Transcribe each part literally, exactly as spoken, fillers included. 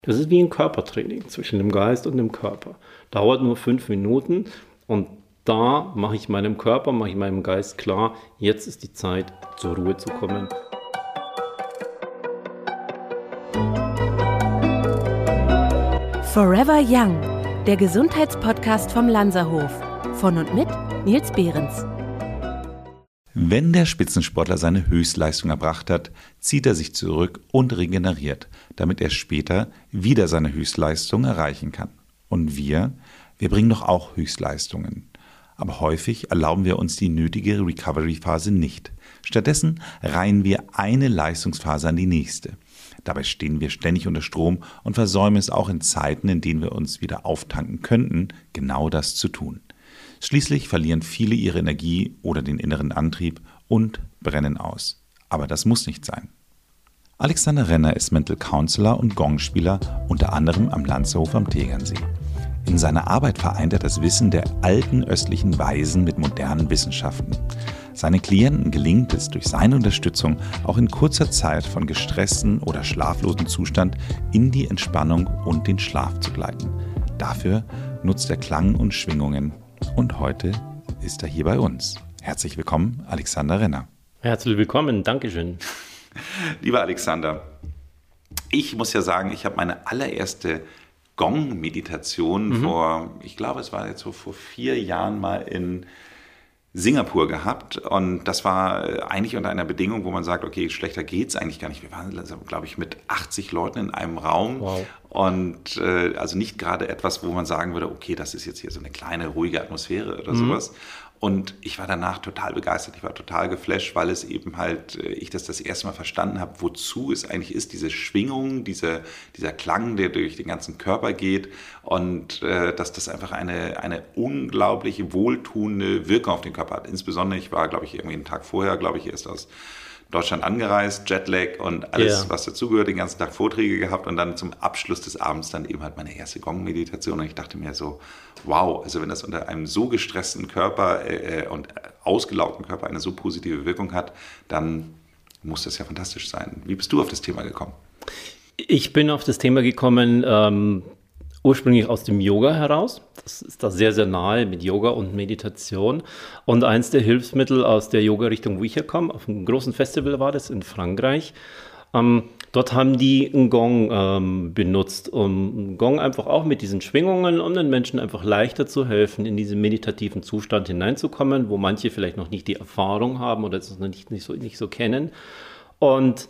Das ist wie ein Körpertraining zwischen dem Geist und dem Körper. Dauert nur fünf Minuten und da mache ich meinem Körper, mache ich meinem Geist klar, jetzt ist die Zeit, zur Ruhe zu kommen. Forever Young, der Gesundheitspodcast vom Lanzerhof. Von und mit Nils Behrens. Wenn der Spitzensportler seine Höchstleistung erbracht hat, zieht er sich zurück und regeneriert, damit er später wieder seine Höchstleistung erreichen kann. Und wir, wir bringen doch auch Höchstleistungen. Aber häufig erlauben wir uns die nötige Recovery-Phase nicht. Stattdessen reihen wir eine Leistungsphase an die nächste. Dabei stehen wir ständig unter Strom und versäumen es auch in Zeiten, in denen wir uns wieder auftanken könnten, genau das zu tun. Schließlich verlieren viele ihre Energie oder den inneren Antrieb und brennen aus. Aber das muss nicht sein. Alexander Renner ist Mental Counselor und Gongspieler, unter anderem am Lanzerhof am Tegernsee. In seiner Arbeit vereint er das Wissen der alten östlichen Weisen mit modernen Wissenschaften. Seinen Klienten gelingt es durch seine Unterstützung auch in kurzer Zeit von gestressten oder schlaflosen Zustand in die Entspannung und den Schlaf zu gleiten. Dafür nutzt er Klang und Schwingungen. Und heute ist er hier bei uns. Herzlich willkommen, Alexander Renner. Herzlich willkommen, Dankeschön. Lieber Alexander, ich muss ja sagen, ich habe meine allererste Gong-Meditation mhm. vor, ich glaube, es war jetzt so vor vier Jahren mal in Singapur gehabt. Und das war eigentlich unter einer Bedingung, wo man sagt, okay, schlechter geht's eigentlich gar nicht. Wir waren, glaube ich, mit achtzig Leuten in einem Raum. Wow. Und äh, also nicht gerade etwas, wo man sagen würde, okay, das ist jetzt hier so eine kleine, ruhige Atmosphäre oder mhm. sowas. Und ich war danach total begeistert, ich war total geflasht, weil es eben halt, ich das das erste Mal verstanden habe, wozu es eigentlich ist, diese Schwingung, diese, dieser Klang, der durch den ganzen Körper geht und äh, dass das einfach eine, eine unglaublich wohltuende Wirkung auf den Körper hat. Insbesondere, ich war, glaube ich, irgendwie einen Tag vorher, glaube ich, erst aus Deutschland angereist, Jetlag und alles, yeah. was dazugehört, den ganzen Tag Vorträge gehabt und dann zum Abschluss des Abends dann eben halt meine erste Gong-Meditation und ich dachte mir so, wow, also wenn das unter einem so gestressten Körper äh, und ausgelaugten Körper eine so positive Wirkung hat, dann muss das ja fantastisch sein. Wie bist du auf das Thema gekommen? Ich bin auf das Thema gekommen, ähm, ursprünglich aus dem Yoga heraus. Das ist da sehr, sehr nahe mit Yoga und Meditation. Und eins der Hilfsmittel aus der Yoga-Richtung, wo ich herkomme, auf einem großen Festival war das in Frankreich. Ähm, dort haben die einen Gong ähm, benutzt, um einen Gong einfach auch mit diesen Schwingungen, um den Menschen einfach leichter zu helfen, in diesen meditativen Zustand hineinzukommen, wo manche vielleicht noch nicht die Erfahrung haben oder es noch nicht, nicht, so, nicht so kennen. Und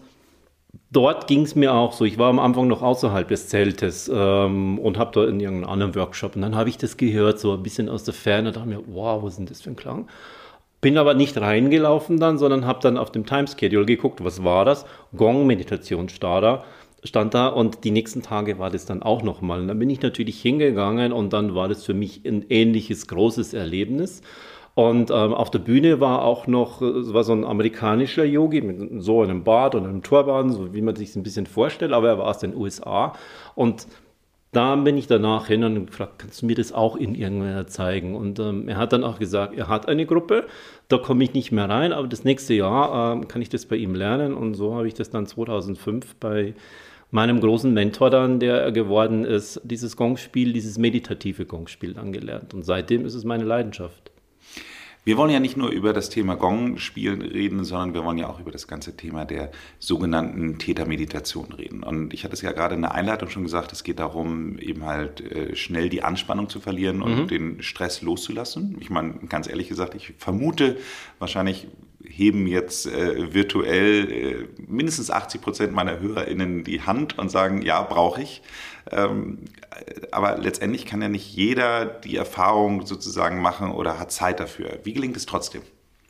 dort ging es mir auch so, ich war am Anfang noch außerhalb des Zeltes ähm, und habe da in irgendeinem anderen Workshop und dann habe ich das gehört, so ein bisschen aus der Ferne, und dachte mir, wow, was ist denn das für ein Klang? Bin aber nicht reingelaufen dann, sondern habe dann auf dem Timeschedule geguckt, was war das? Gong-Meditation stand da, stand da und die nächsten Tage war das dann auch nochmal. Und dann bin ich natürlich hingegangen und dann war das für mich ein ähnliches großes Erlebnis. Und ähm, auf der Bühne war auch noch, es war so ein amerikanischer Yogi mit so einem Bart und einem Turban, so wie man sich es ein bisschen vorstellt, aber er war aus den U S A. Und da bin ich danach hin und gefragt, kannst du mir das auch in irgendeiner zeigen? Und ähm, er hat dann auch gesagt, er hat eine Gruppe, da komme ich nicht mehr rein, aber das nächste Jahr ähm, kann ich das bei ihm lernen. Und so habe ich das dann zweitausendfünf bei meinem großen Mentor dann, der geworden ist, dieses Gongspiel, dieses meditative Gongspiel dann gelernt. Und seitdem ist es meine Leidenschaft. Wir wollen ja nicht nur über das Thema Gong-Spielen reden, sondern wir wollen ja auch über das ganze Thema der sogenannten Theta-Meditation reden. Und ich hatte es ja gerade in der Einleitung schon gesagt, es geht darum, eben halt äh, schnell die Anspannung zu verlieren und mhm. den Stress loszulassen. Ich meine, ganz ehrlich gesagt, ich vermute, wahrscheinlich heben jetzt äh, virtuell äh, mindestens achtzig Prozent meiner HörerInnen die Hand und sagen, ja, brauche ich. Ähm, aber letztendlich kann ja nicht jeder die Erfahrung sozusagen machen oder hat Zeit dafür. Wie gelingt es trotzdem?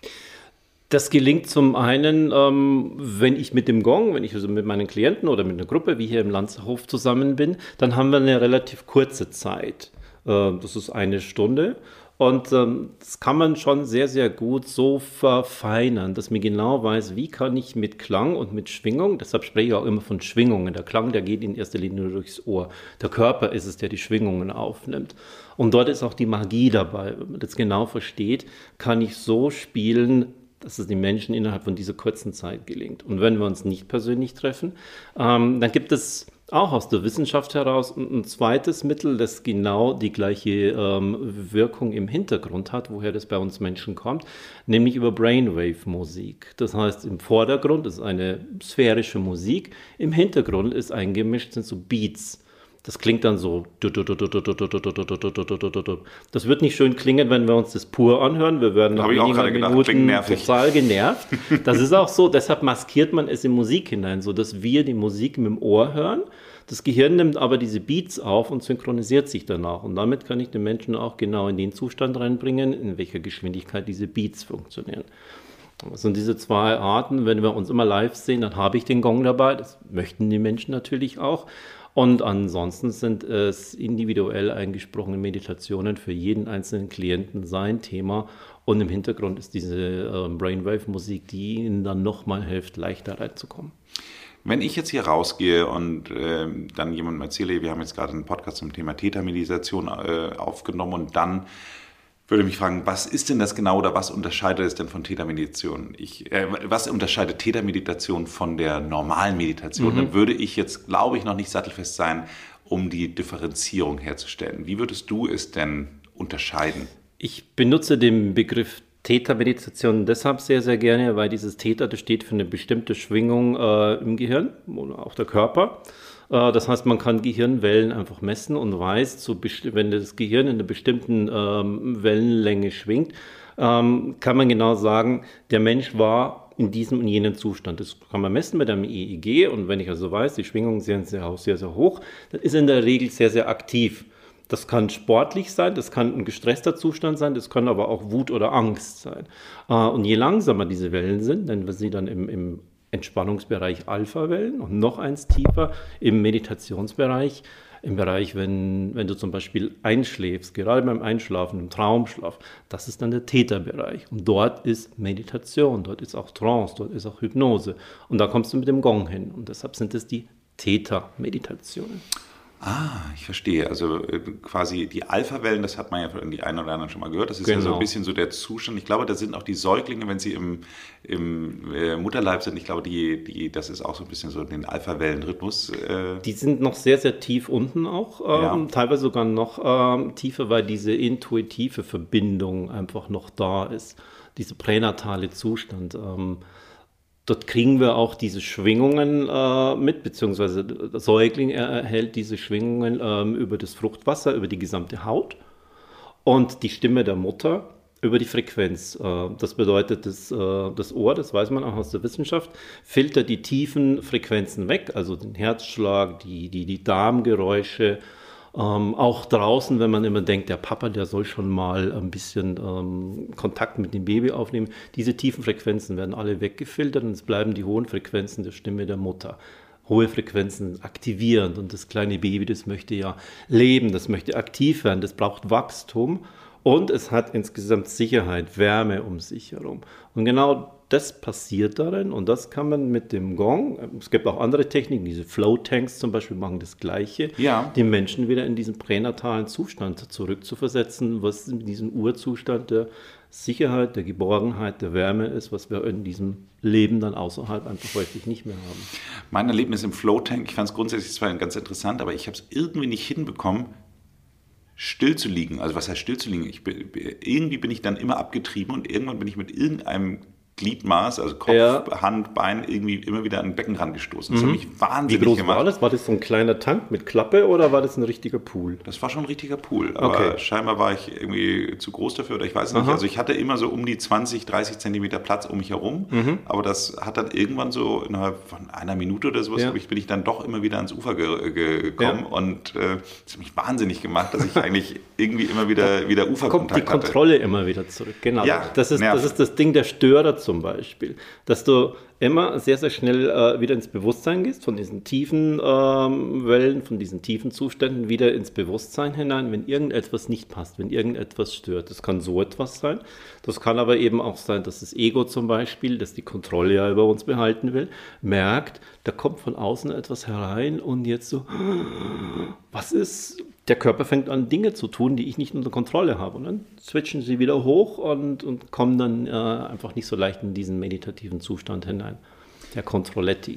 Das gelingt zum einen, ähm, wenn ich mit dem Gong, wenn ich also mit meinen Klienten oder mit einer Gruppe wie hier im Lanzerhof zusammen bin, dann haben wir eine relativ kurze Zeit. Äh, das ist eine Stunde. Und ähm, das kann man schon sehr, sehr gut so verfeinern, dass man genau weiß, wie kann ich mit Klang und mit Schwingung, deshalb spreche ich auch immer von Schwingungen. Der Klang, der geht in erster Linie nur durchs Ohr. Der Körper ist es, der die Schwingungen aufnimmt. Und dort ist auch die Magie dabei. Wenn man das genau versteht, kann ich so spielen, dass es den Menschen innerhalb von dieser kurzen Zeit gelingt. Und wenn wir uns nicht persönlich treffen, ähm, dann gibt es Auch aus der Wissenschaft heraus. Und ein zweites Mittel, das genau die gleiche ähm, Wirkung im Hintergrund hat, woher das bei uns Menschen kommt, nämlich über Brainwave-Musik. Das heißt, im Vordergrund ist eine sphärische Musik, im Hintergrund ist eingemischt, sind so Beats. Das klingt dann so. Das wird nicht schön klingen, wenn wir uns das pur anhören. Wir werden nach wenigen Minuten total genervt. Das ist auch so, deshalb maskiert man es in Musik hinein, sodass wir die Musik mit dem Ohr hören. Das Gehirn nimmt aber diese Beats auf und synchronisiert sich danach. Und damit kann ich den Menschen auch genau in den Zustand reinbringen, in welcher Geschwindigkeit diese Beats funktionieren. Das sind diese zwei Arten. Wenn wir uns immer live sehen, dann habe ich den Gong dabei. Das möchten die Menschen natürlich auch. Und ansonsten sind es individuell eingesprochene Meditationen für jeden einzelnen Klienten sein Thema. Und im Hintergrund ist diese äh, Brainwave-Musik, die ihnen dann nochmal hilft, leichter reinzukommen. Wenn ich jetzt hier rausgehe und äh, dann jemandem erzähle, wir haben jetzt gerade einen Podcast zum Thema Theta-Meditation äh, aufgenommen und dann würde mich fragen, was ist denn das genau oder was unterscheidet es denn von Theta-Meditation? Ich, äh, was unterscheidet Theta-Meditation von der normalen Meditation? Mhm. Dann würde ich jetzt, glaube ich, noch nicht sattelfest sein, um die Differenzierung herzustellen. Wie würdest du es denn unterscheiden? Ich benutze den Begriff Theta-Meditation deshalb sehr, sehr gerne, weil dieses Theta, das steht für eine bestimmte Schwingung äh, im Gehirn oder auch der Körper. Das heißt, man kann Gehirnwellen einfach messen und weiß, so, wenn das Gehirn in einer bestimmten ähm, Wellenlänge schwingt, ähm, kann man genau sagen, der Mensch war in diesem und jenem Zustand. Das kann man messen mit einem E E G und wenn ich also weiß, die Schwingungen sind sehr, sehr, sehr hoch, dann ist er in der Regel sehr, sehr aktiv. Das kann sportlich sein, das kann ein gestresster Zustand sein, das kann aber auch Wut oder Angst sein. Äh, und je langsamer diese Wellen sind, nennen wir sie dann im, im Entspannungsbereich Alpha-Wellen und noch eins tiefer im Meditationsbereich, im Bereich, wenn, wenn du zum Beispiel einschläfst, gerade beim Einschlafen, im Traumschlaf, das ist dann der Theta-Bereich. Und dort ist Meditation, dort ist auch Trance, dort ist auch Hypnose. Und da kommst du mit dem Gong hin. Und deshalb sind es die Theta-Meditationen. Ah, ich verstehe. Also äh, quasi die Alpha-Wellen, das hat man ja von die einen oder anderen schon mal gehört. Das ist genau. ja so ein bisschen so der Zustand. Ich glaube, da sind auch die Säuglinge, wenn sie im, im äh, Mutterleib sind, ich glaube, die, die, das ist auch so ein bisschen so den Alpha-Wellen-Rhythmus. Äh. Die sind noch sehr, sehr tief unten auch, ähm, ja. teilweise sogar noch ähm, tiefer, weil diese intuitive Verbindung einfach noch da ist. Dieser pränatale Zustand. Ähm, Dort kriegen wir auch diese Schwingungen äh, mit, beziehungsweise der Säugling erhält diese Schwingungen ähm, über das Fruchtwasser, über die gesamte Haut und die Stimme der Mutter über die Frequenz. Äh, das bedeutet, das, äh, das Ohr, das weiß man auch aus der Wissenschaft, filtert die tiefen Frequenzen weg, also den Herzschlag, die, die, die Darmgeräusche. Ähm, auch draußen, wenn man immer denkt, der Papa, der soll schon mal ein bisschen ähm, Kontakt mit dem Baby aufnehmen. Diese tiefen Frequenzen werden alle weggefiltert und es bleiben die hohen Frequenzen der Stimme der Mutter. Hohe Frequenzen aktivierend und das kleine Baby, das möchte ja leben, das möchte aktiv werden, das braucht Wachstum und es hat insgesamt Sicherheit, Wärme um sich herum. Und genau das passiert darin und das kann man mit dem Gong, es gibt auch andere Techniken, diese Flow-Tanks zum Beispiel machen das Gleiche, ja. den Menschen wieder in diesen pränatalen Zustand zurückzuversetzen, was in diesem Urzustand der Sicherheit, der Geborgenheit, der Wärme ist, was wir in diesem Leben dann außerhalb einfach häufig nicht mehr haben. Mein Erlebnis im Flow-Tank, ich fand es grundsätzlich zwar ganz interessant, aber ich habe es irgendwie nicht hinbekommen, still zu liegen. Also was heißt still zu liegen? Ich, irgendwie bin ich dann immer abgetrieben und irgendwann bin ich mit irgendeinem Gliedmaß, also Kopf, ja. Hand, Bein, irgendwie immer wieder an den Beckenrand gestoßen. Das mhm. hat mich wahnsinnig Wie groß gemacht. war das? War das so ein kleiner Tank mit Klappe oder war das ein richtiger Pool? Das war schon ein richtiger Pool, aber okay. scheinbar war ich irgendwie zu groß dafür oder ich weiß es nicht. Aha. Also ich hatte immer so um die zwanzig, dreißig Zentimeter Platz um mich herum, mhm. aber das hat dann irgendwann so innerhalb von einer Minute oder sowas, ja. bin ich dann doch immer wieder ans Ufer ge- ge- gekommen ja. und äh, das hat mich wahnsinnig gemacht, dass ich eigentlich irgendwie immer wieder, wieder Uferkontakt kommt die hatte. Kontrolle immer wieder zurück, genau. Ja, das, ist, das ist das Ding der Störer zum Beispiel, dass du immer sehr, sehr schnell äh, wieder ins Bewusstsein gehst, von diesen tiefen ähm, Wellen, von diesen tiefen Zuständen wieder ins Bewusstsein hinein, wenn irgendetwas nicht passt, wenn irgendetwas stört. Das kann so etwas sein. Das kann aber eben auch sein, dass das Ego zum Beispiel, das die Kontrolle ja über uns behalten will, merkt, da kommt von außen etwas herein und jetzt so, was ist? Der Körper fängt an, Dinge zu tun, die ich nicht unter Kontrolle habe. Und dann switchen sie wieder hoch und, und kommen dann äh, einfach nicht so leicht in diesen meditativen Zustand hinein. Der Controletti.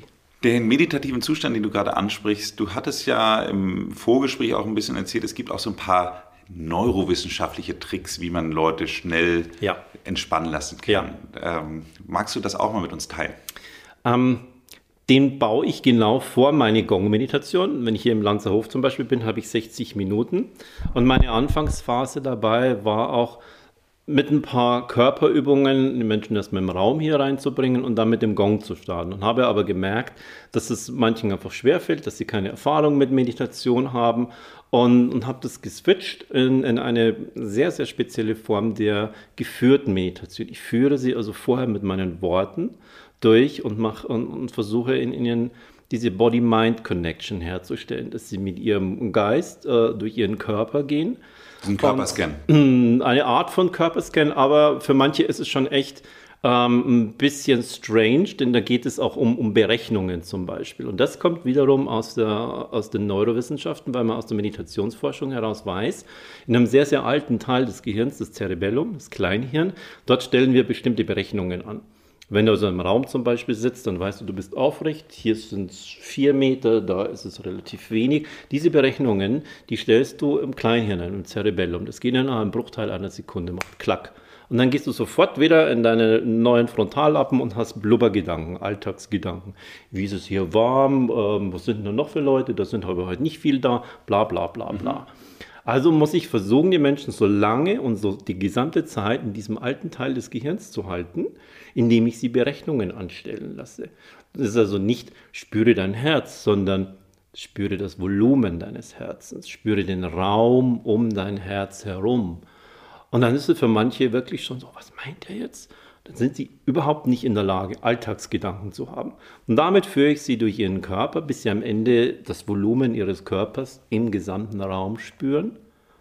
Den meditativen Zustand, den du gerade ansprichst, du hattest ja im Vorgespräch auch ein bisschen erzählt, es gibt auch so ein paar neurowissenschaftliche Tricks, wie man Leute schnell ja. entspannen lassen kann. Ja. Ähm, magst du das auch mal mit uns teilen? Ähm, den baue ich genau vor meine Gong-Meditation. Wenn ich hier im Lanzerhof zum Beispiel bin, habe ich sechzig Minuten. Und meine Anfangsphase dabei war auch, mit ein paar Körperübungen die Menschen erstmal im Raum hier reinzubringen und dann mit dem Gong zu starten. Und habe aber gemerkt, dass es manchen einfach schwerfällt, dass sie keine Erfahrung mit Meditation haben und, und habe das geswitcht in, in eine sehr, sehr spezielle Form der geführten Meditation. Ich führe sie also vorher mit meinen Worten durch und, mach, und, und versuche in ihnen diese Body-Mind-Connection herzustellen, dass sie mit ihrem Geist äh, durch ihren Körper gehen. Ein Körperscan. Und eine Art von Körperscan, aber für manche ist es schon echt ähm, ein bisschen strange, denn da geht es auch um, um Berechnungen zum Beispiel. Und das kommt wiederum aus, der, aus den Neurowissenschaften, weil man aus der Meditationsforschung heraus weiß, in einem sehr, sehr alten Teil des Gehirns, das Cerebellum, das Kleinhirn, dort stellen wir bestimmte Berechnungen an. Wenn du also im Raum zum Beispiel sitzt, dann weißt du, du bist aufrecht, hier sind es vier Meter, da ist es relativ wenig. Diese Berechnungen, die stellst du im Kleinhirn ein, im Cerebellum. Das geht in einem Bruchteil einer Sekunde, macht Klack. Und dann gehst du sofort wieder in deine neuen Frontallappen und hast Blubbergedanken, Alltagsgedanken. Wie ist es hier warm? Ähm, was sind denn noch für Leute? Da sind aber heute nicht viel da, bla bla bla bla. Mhm. Also muss ich versuchen, die Menschen so lange und so die gesamte Zeit in diesem alten Teil des Gehirns zu halten, indem ich sie Berechnungen anstellen lasse. Das ist also nicht, spüre dein Herz, sondern spüre das Volumen deines Herzens, spüre den Raum um dein Herz herum. Und dann ist es für manche wirklich schon so, was meint er jetzt? Dann sind sie überhaupt nicht in der Lage, Alltagsgedanken zu haben. Und damit führe ich sie durch ihren Körper, bis sie am Ende das Volumen ihres Körpers im gesamten Raum spüren.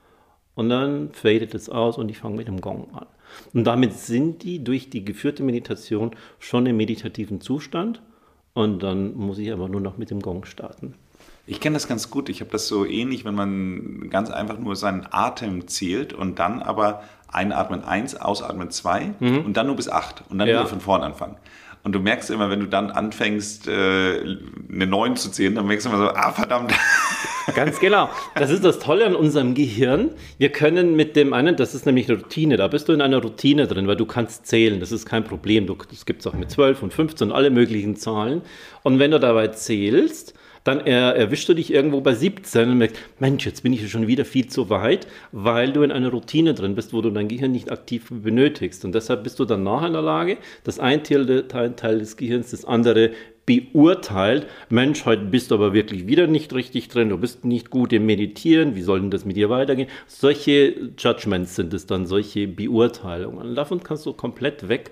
Und dann fadet es aus und ich fange mit dem Gong an. Und damit sind die durch die geführte Meditation schon im meditativen Zustand. Und dann muss ich aber nur noch mit dem Gong starten. Ich kenne das ganz gut. Ich habe das so ähnlich, wenn man ganz einfach nur seinen Atem zählt und dann aber einatmen eins, ausatmen zwei mhm. und dann nur bis acht und dann ja. wieder von vorn anfangen. Und du merkst immer, wenn du dann anfängst, eine neun zu zählen, dann merkst du immer so, ah verdammt. Ganz genau. Das ist das Tolle an unserem Gehirn. Wir können mit dem einen, das ist nämlich eine Routine, da bist du in einer Routine drin, weil du kannst zählen, das ist kein Problem. Du, das gibt es auch mit zwölf und fünfzehn, alle möglichen Zahlen. Und wenn du dabei zählst, dann er, erwischst du dich irgendwo bei siebzehn und merkst, Mensch, jetzt bin ich schon wieder viel zu weit, weil du in einer Routine drin bist, wo du dein Gehirn nicht aktiv benötigst. Und deshalb bist du dann nachher in der Lage, das ein Teil, Teil des Gehirns, das andere beurteilt, Mensch, heute bist du aber wirklich wieder nicht richtig drin, du bist nicht gut im Meditieren, wie soll denn das mit dir weitergehen? Solche Judgments sind es dann, solche Beurteilungen. Und davon kannst du komplett weg,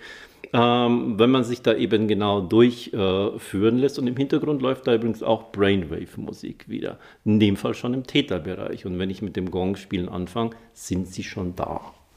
Ähm, wenn man sich da eben genau durchführen äh, lässt. Und im Hintergrund läuft da übrigens auch Brainwave-Musik wieder. In dem Fall schon im Theta-Bereich. Und wenn ich mit dem Gong-Spielen anfange, sind sie schon da.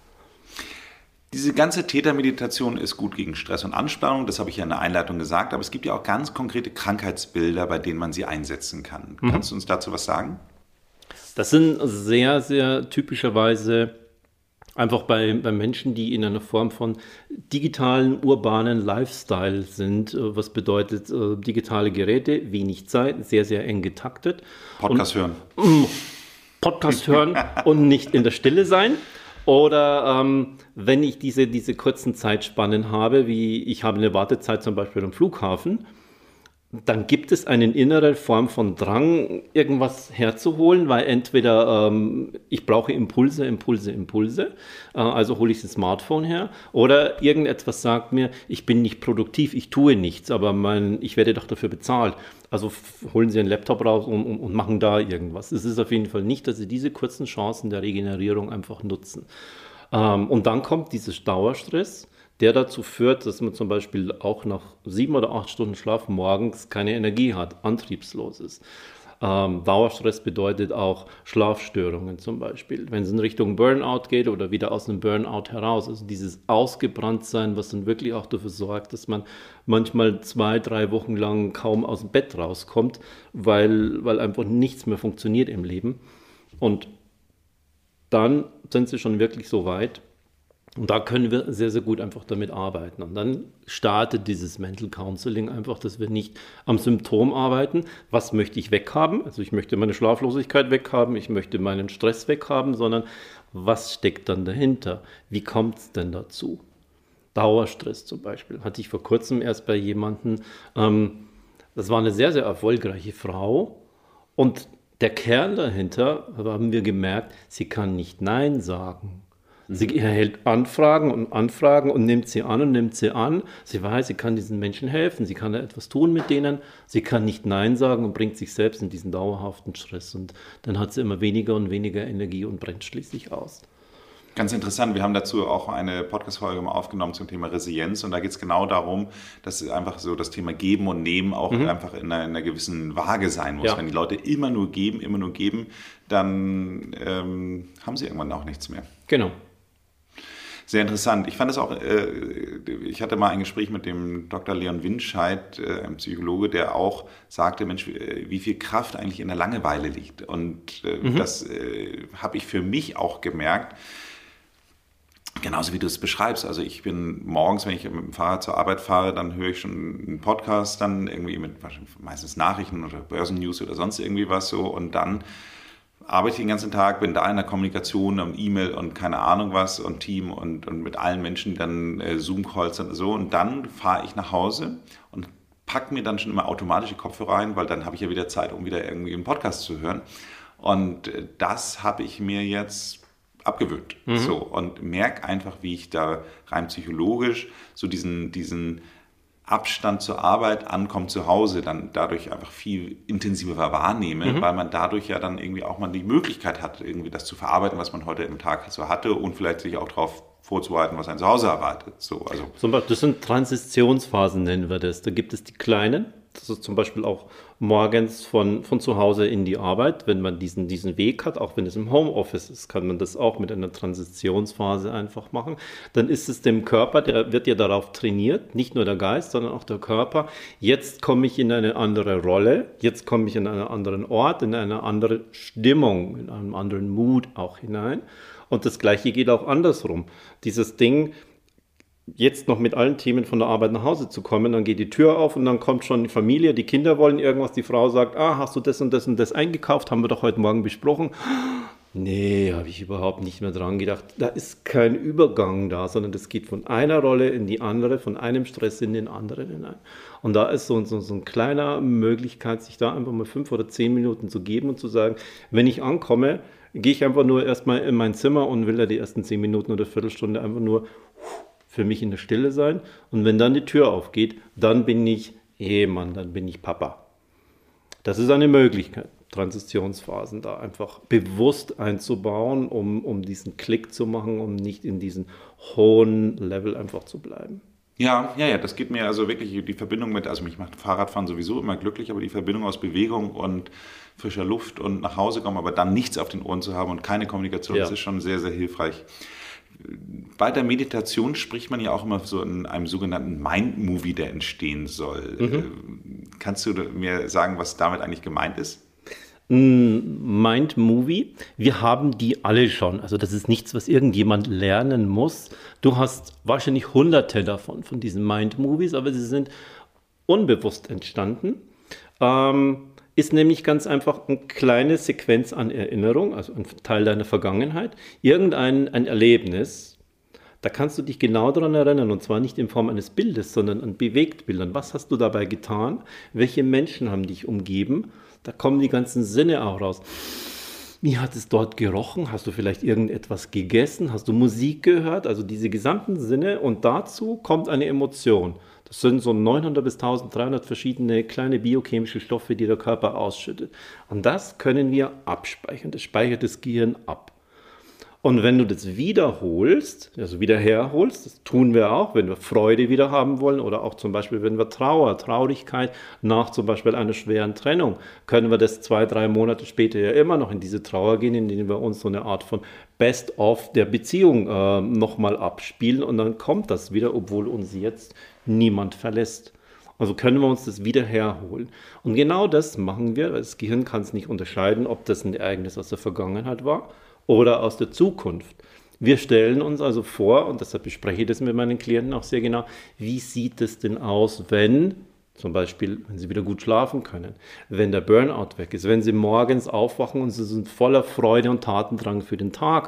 Diese ganze Theta-Meditation ist gut gegen Stress und Anspannung, das habe ich ja in der Einleitung gesagt, aber es gibt ja auch ganz konkrete Krankheitsbilder, bei denen man sie einsetzen kann. Mhm. Kannst du uns dazu was sagen? Das sind sehr, sehr typischerweise einfach bei, bei Menschen, die in einer Form von digitalen, urbanen Lifestyle sind, was bedeutet äh, digitale Geräte, wenig Zeit, sehr, sehr eng getaktet. Podcast und, hören. Mm, Podcast hören und nicht in der Stille sein. Oder ähm, wenn ich diese, diese kurzen Zeitspannen habe, wie ich habe eine Wartezeit zum Beispiel am Flughafen, dann gibt es eine innere Form von Drang, irgendwas herzuholen, weil entweder ähm, ich brauche Impulse, Impulse, Impulse, äh, also hole ich das Smartphone her, oder irgendetwas sagt mir, ich bin nicht produktiv, ich tue nichts, aber mein, ich werde doch dafür bezahlt. Also f- holen Sie einen Laptop raus und, und, und machen da irgendwas. Es ist auf jeden Fall nicht, dass Sie diese kurzen Chancen der Regenerierung einfach nutzen. Ähm, und dann kommt dieses Dauerstress, der dazu führt, dass man zum Beispiel auch nach sieben oder acht Stunden Schlaf morgens keine Energie hat, antriebslos ist. Ähm, Dauerstress bedeutet auch Schlafstörungen zum Beispiel. Wenn es in Richtung Burnout geht oder wieder aus einem Burnout heraus, also dieses Ausgebranntsein, was dann wirklich auch dafür sorgt, dass man manchmal zwei, drei Wochen lang kaum aus dem Bett rauskommt, weil, weil einfach nichts mehr funktioniert im Leben. Und dann sind sie schon wirklich so weit, Und da können wir sehr, sehr gut einfach damit arbeiten. Und dann startet dieses Mental Counseling einfach, dass wir nicht am Symptom arbeiten. Was möchte ich weghaben? Also ich möchte meine Schlaflosigkeit weghaben, ich möchte meinen Stress weghaben, sondern was steckt dann dahinter? Wie kommt es denn dazu? Dauerstress zum Beispiel. Hatte ich vor kurzem erst bei jemandem, ähm, das war eine sehr, sehr erfolgreiche Frau. Und der Kern dahinter, haben wir gemerkt, sie kann nicht Nein sagen. Sie erhält Anfragen und Anfragen und nimmt sie an und nimmt sie an. Sie weiß, sie kann diesen Menschen helfen, sie kann da etwas tun mit denen. Sie kann nicht Nein sagen und bringt sich selbst in diesen dauerhaften Stress. Und dann hat sie immer weniger und weniger Energie und brennt schließlich aus. Ganz interessant, wir haben dazu auch eine Podcast-Folge mal aufgenommen zum Thema Resilienz und da geht es genau darum, dass einfach so das Thema Geben und Nehmen auch mhm. einfach in einer, in einer gewissen Waage sein muss. Ja. Wenn die Leute immer nur geben, immer nur geben, dann ähm, haben sie irgendwann auch nichts mehr. Genau. Sehr interessant. Ich fand es auch, äh, ich hatte mal ein Gespräch mit dem Doktor Leon Winscheid, äh, einem Psychologe, der auch sagte, Mensch, wie viel Kraft eigentlich in der Langeweile liegt. Und äh, mhm. das äh, habe ich für mich auch gemerkt, genauso wie du es beschreibst. Also ich bin morgens, wenn ich mit dem Fahrrad zur Arbeit fahre, dann höre ich schon einen Podcast, dann irgendwie mit meistens Nachrichten oder Börsennews oder sonst irgendwie was so und dann arbeite ich den ganzen Tag, bin da in der Kommunikation, am E-Mail und keine Ahnung was und Team und, und mit allen Menschen dann äh, Zoom-Calls und so. Und dann fahre ich nach Hause und packe mir dann schon immer automatische Kopfhörer rein, weil dann habe ich ja wieder Zeit, um wieder irgendwie einen Podcast zu hören. Und äh, das habe ich mir jetzt abgewöhnt. Mhm. So, und merke einfach, wie ich da rein psychologisch so diesen, diesen Abstand zur Arbeit, Ankommen zu Hause dann dadurch einfach viel intensiver wahrnehme, mhm. weil man dadurch ja dann irgendwie auch mal die Möglichkeit hat, irgendwie das zu verarbeiten, was man heute im Tag so hatte und vielleicht sich auch darauf vorzubereiten, was ein zu Hause erwartet. So, also. Zum Beispiel, das sind Transitionsphasen, nennen wir das. Da gibt es die kleinen, das ist zum Beispiel auch morgens von, von zu Hause in die Arbeit, wenn man diesen, diesen Weg hat, auch wenn es im Homeoffice ist, kann man das auch mit einer Transitionsphase einfach machen. Dann ist es dem Körper, der wird ja darauf trainiert, nicht nur der Geist, sondern auch der Körper. Jetzt komme ich in eine andere Rolle, jetzt komme ich in einen anderen Ort, in eine andere Stimmung, in einen anderen Mood auch hinein. Und das Gleiche geht auch andersrum. Dieses Ding, jetzt noch mit allen Themen von der Arbeit nach Hause zu kommen, dann geht die Tür auf und dann kommt schon die Familie, die Kinder wollen irgendwas, die Frau sagt, ah, hast du das und das und das eingekauft, haben wir doch heute Morgen besprochen. Nee, habe ich überhaupt nicht mehr dran gedacht. Da ist kein Übergang da, sondern das geht von einer Rolle in die andere, von einem Stress in den anderen hinein. Und da ist so, so, so eine kleine Möglichkeit, sich da einfach mal fünf oder zehn Minuten zu geben und zu sagen, wenn ich ankomme, gehe ich einfach nur erstmal in mein Zimmer und will da die ersten zehn Minuten oder Viertelstunde einfach nur für mich in der Stille sein. Und wenn dann die Tür aufgeht, dann bin ich Ehemann, dann bin ich Papa. Das ist eine Möglichkeit, Transitionsphasen da einfach bewusst einzubauen, um, um diesen Klick zu machen, um nicht in diesem hohen Level einfach zu bleiben. Ja, ja, ja, das geht mir also wirklich die Verbindung mit, also mich macht Fahrradfahren sowieso immer glücklich, aber die Verbindung aus Bewegung und frischer Luft und nach Hause kommen, aber dann nichts auf den Ohren zu haben und keine Kommunikation, ja. Das ist schon sehr, sehr hilfreich. Bei der Meditation spricht man ja auch immer so in einem sogenannten Mind-Movie, der entstehen soll. Mhm. Kannst du mir sagen, was damit eigentlich gemeint ist? Mind-Movie, wir haben die alle schon. Also das ist nichts, was irgendjemand lernen muss. Du hast wahrscheinlich hunderte davon, von diesen Mind-Movies, aber sie sind unbewusst entstanden. Ähm, ist nämlich ganz einfach eine kleine Sequenz an Erinnerung, also ein Teil deiner Vergangenheit, irgendein ein Erlebnis, da kannst du dich genau daran erinnern, und zwar nicht in Form eines Bildes, sondern an Bewegtbildern. Was hast du dabei getan? Welche Menschen haben dich umgeben? Da kommen die ganzen Sinne auch raus. Wie hat es dort gerochen? Hast du vielleicht irgendetwas gegessen? Hast du Musik gehört? Also diese gesamten Sinne, und dazu kommt eine Emotion. Das sind so neunhundert bis dreizehnhundert verschiedene kleine biochemische Stoffe, die der Körper ausschüttet. Und das können wir abspeichern. Das speichert das Gehirn ab. Und wenn du das wiederholst, also wieder herholst, das tun wir auch, wenn wir Freude wieder haben wollen oder auch zum Beispiel, wenn wir Trauer, Traurigkeit nach zum Beispiel einer schweren Trennung, können wir das zwei, drei Monate später ja immer noch in diese Trauer gehen, indem wir uns so eine Art von Best-of der Beziehung äh, nochmal abspielen, und dann kommt das wieder, obwohl uns jetzt niemand verlässt. Also können wir uns das wieder herholen. Und genau das machen wir, weil das Gehirn kann es nicht unterscheiden, ob das ein Ereignis aus der Vergangenheit war oder aus der Zukunft. Wir stellen uns also vor, und deshalb bespreche ich das mit meinen Klienten auch sehr genau, wie sieht es denn aus, wenn, zum Beispiel, wenn sie wieder gut schlafen können, wenn der Burnout weg ist, wenn sie morgens aufwachen und sie sind voller Freude und Tatendrang für den Tag.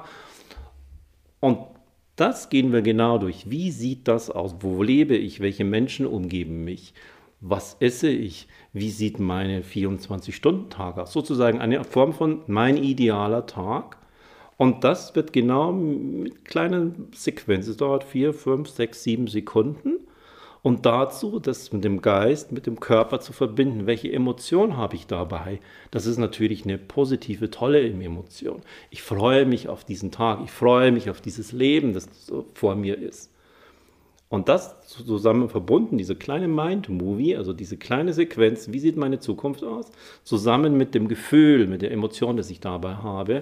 Und das gehen wir genau durch. Wie sieht das aus? Wo lebe ich? Welche Menschen umgeben mich? Was esse ich? Wie sieht meine vierundzwanzig-Stunden-Tag aus? Sozusagen eine Form von mein idealer Tag. Und das wird genau mit kleinen Sequenzen, es dauert vier, fünf, sechs, sieben Sekunden. Und dazu, das mit dem Geist, mit dem Körper zu verbinden. Welche Emotion habe ich dabei? Das ist natürlich eine positive, tolle Emotion. Ich freue mich auf diesen Tag. Ich freue mich auf dieses Leben, das so vor mir ist. Und das zusammen verbunden, diese kleine Mind-Movie, also diese kleine Sequenz, wie sieht meine Zukunft aus? Zusammen mit dem Gefühl, mit der Emotion, das ich dabei habe,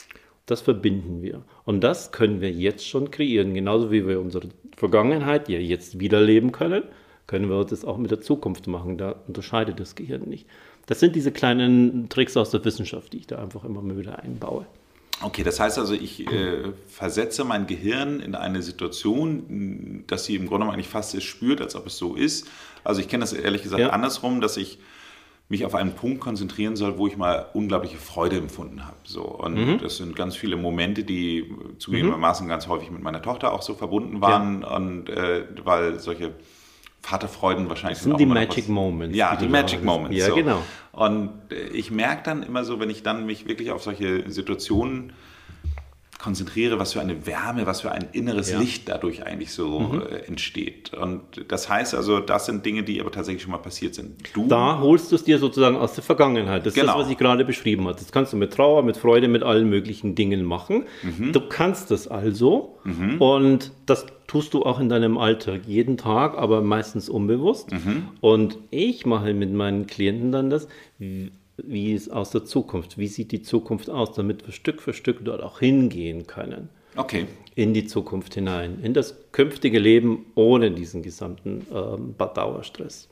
das verbinden wir. Und das können wir jetzt schon kreieren. Genauso wie wir unsere Vergangenheit ja jetzt wiederleben können, können wir das auch mit der Zukunft machen. Da unterscheidet das Gehirn nicht. Das sind diese kleinen Tricks aus der Wissenschaft, die ich da einfach immer mal wieder einbaue. Okay, das heißt also, ich äh, versetze mein Gehirn in eine Situation, dass sie im Grunde genommen eigentlich fast es spürt, als ob es so ist. Also ich kenne das ehrlich gesagt ja. andersrum, dass ich mich auf einen Punkt konzentrieren soll, wo ich mal unglaubliche Freude empfunden habe. So. Und mhm. das sind ganz viele Momente, die zugegebenermaßen mhm. ganz häufig mit meiner Tochter auch so verbunden waren. Ja. Und äh, weil solche Vaterfreuden wahrscheinlich das sind auch die Magic was, Moments. Ja, die, die Magic Moments. Ja, so. genau. Und äh, ich merke dann immer so, wenn ich dann mich wirklich auf solche Situationen konzentriere, was für eine Wärme, was für ein inneres ja. Licht dadurch eigentlich so mhm. äh, entsteht. Und das heißt also, das sind Dinge, die aber tatsächlich schon mal passiert sind. Du, da holst du es dir sozusagen aus der Vergangenheit. Das genau. ist das, was ich gerade beschrieben habe. Das kannst du mit Trauer, mit Freude, mit allen möglichen Dingen machen. Mhm. Du kannst das also mhm. und das tust du auch in deinem Alltag jeden Tag, aber meistens unbewusst. Mhm. Und ich mache mit meinen Klienten dann das, wie, wie es aus der Zukunft, wie sieht die Zukunft aus, damit wir Stück für Stück dort auch hingehen können. Okay. In die Zukunft hinein, in das künftige Leben ohne diesen gesamten ähm, Dauerstress.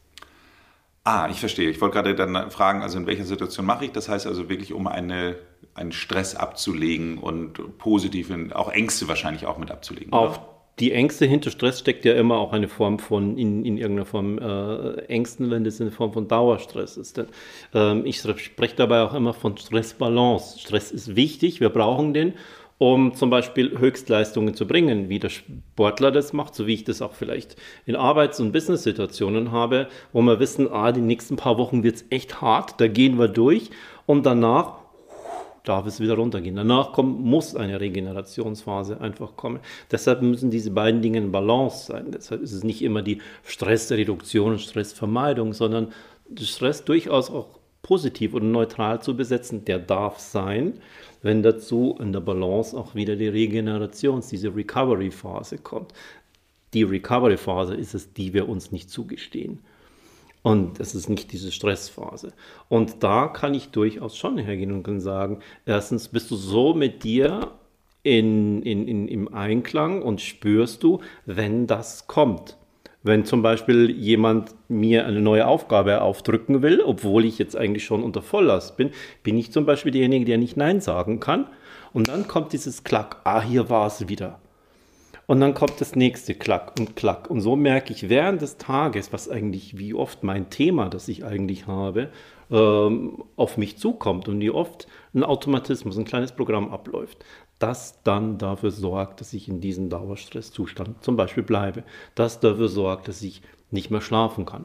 Ah, ich verstehe. Ich wollte gerade dann fragen, also in welcher Situation mache ich? Das heißt also wirklich, um eine, einen Stress abzulegen und positiv, auch Ängste wahrscheinlich auch mit abzulegen. Auch die Ängste hinter Stress steckt ja immer auch eine Form von, in, in irgendeiner Form äh, Ängsten, wenn das eine Form von Dauerstress ist. Denn, ähm, ich spreche dabei auch immer von Stressbalance. Stress ist wichtig, wir brauchen den, um zum Beispiel Höchstleistungen zu bringen, wie der Sportler das macht, so wie ich das auch vielleicht in Arbeits- und Business-Situationen habe, wo wir wissen, ah, die nächsten paar Wochen wird es echt hart, da gehen wir durch und danach darf es wieder runtergehen. Danach kommt, muss eine Regenerationsphase einfach kommen. Deshalb müssen diese beiden Dinge in Balance sein. Deshalb ist es nicht immer die Stressreduktion und Stressvermeidung, sondern der Stress durchaus auch positiv und neutral zu besetzen, der darf sein, wenn dazu in der Balance auch wieder die Regenerations-, diese Recovery-Phase kommt. Die Recovery-Phase ist es, die wir uns nicht zugestehen. Und es ist nicht diese Stressphase. Und da kann ich durchaus schon hergehen und kann sagen, erstens bist du so mit dir in, in, in, im Einklang und spürst du, wenn das kommt. Wenn zum Beispiel jemand mir eine neue Aufgabe aufdrücken will, obwohl ich jetzt eigentlich schon unter Volllast bin, bin ich zum Beispiel derjenige, der nicht Nein sagen kann. Und dann kommt dieses Klack, ah, hier war es wieder. Und dann kommt das nächste Klack und Klack. Und so merke ich während des Tages, was eigentlich, wie oft mein Thema, das ich eigentlich habe, ähm, auf mich zukommt und wie oft ein Automatismus, ein kleines Programm abläuft, das dann dafür sorgt, dass ich in diesem Dauerstresszustand zum Beispiel bleibe. Das dafür sorgt, dass ich nicht mehr schlafen kann.